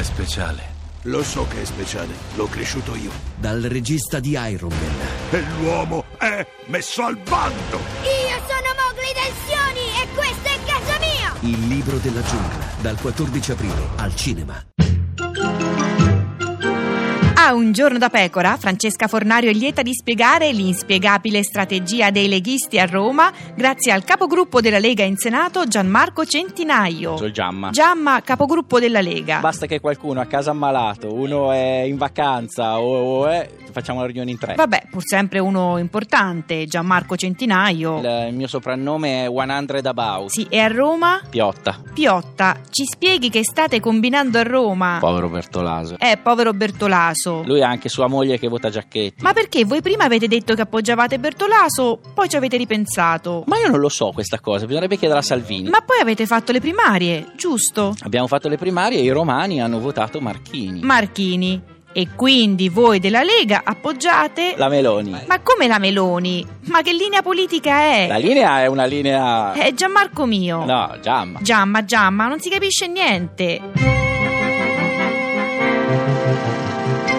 speciale. Lo so che è speciale, l'ho cresciuto io. Dal regista di Iron Man. E l'uomo è messo al bando! Io sono Mowgli Tensioni e questo è casa mia! Il libro della giungla, dal 14 aprile al cinema. A Un giorno da pecora, Francesca Fornario è lieta di spiegare l'inspiegabile strategia dei leghisti a Roma grazie al capogruppo della Lega in Senato Gianmarco Centinaio. Sono Giamma. Giamma, capogruppo della Lega. Basta che qualcuno a casa ammalato, uno è in vacanza facciamo la riunione in 3. Vabbè, pur sempre uno importante, Gianmarco Centinaio. Il mio soprannome è 100 About. Sì, e a Roma? Piotta. Piotta, ci spieghi che state combinando a Roma? Povero Bertolaso. Povero Bertolaso. Lui ha anche sua moglie che vota Giacchetti. Ma perché voi prima avete detto che appoggiavate Bertolaso, poi ci avete ripensato? Ma io non lo so questa cosa, bisognerebbe chiedere a Salvini. Ma poi avete fatto le primarie, giusto? Abbiamo fatto le primarie e i romani hanno votato Marchini. Marchini. E quindi voi della Lega appoggiate... La Meloni. Ma come la Meloni? Ma che linea politica è? La linea è una linea... È Gianmarco mio. No, Giamma. Giamma, non si capisce niente.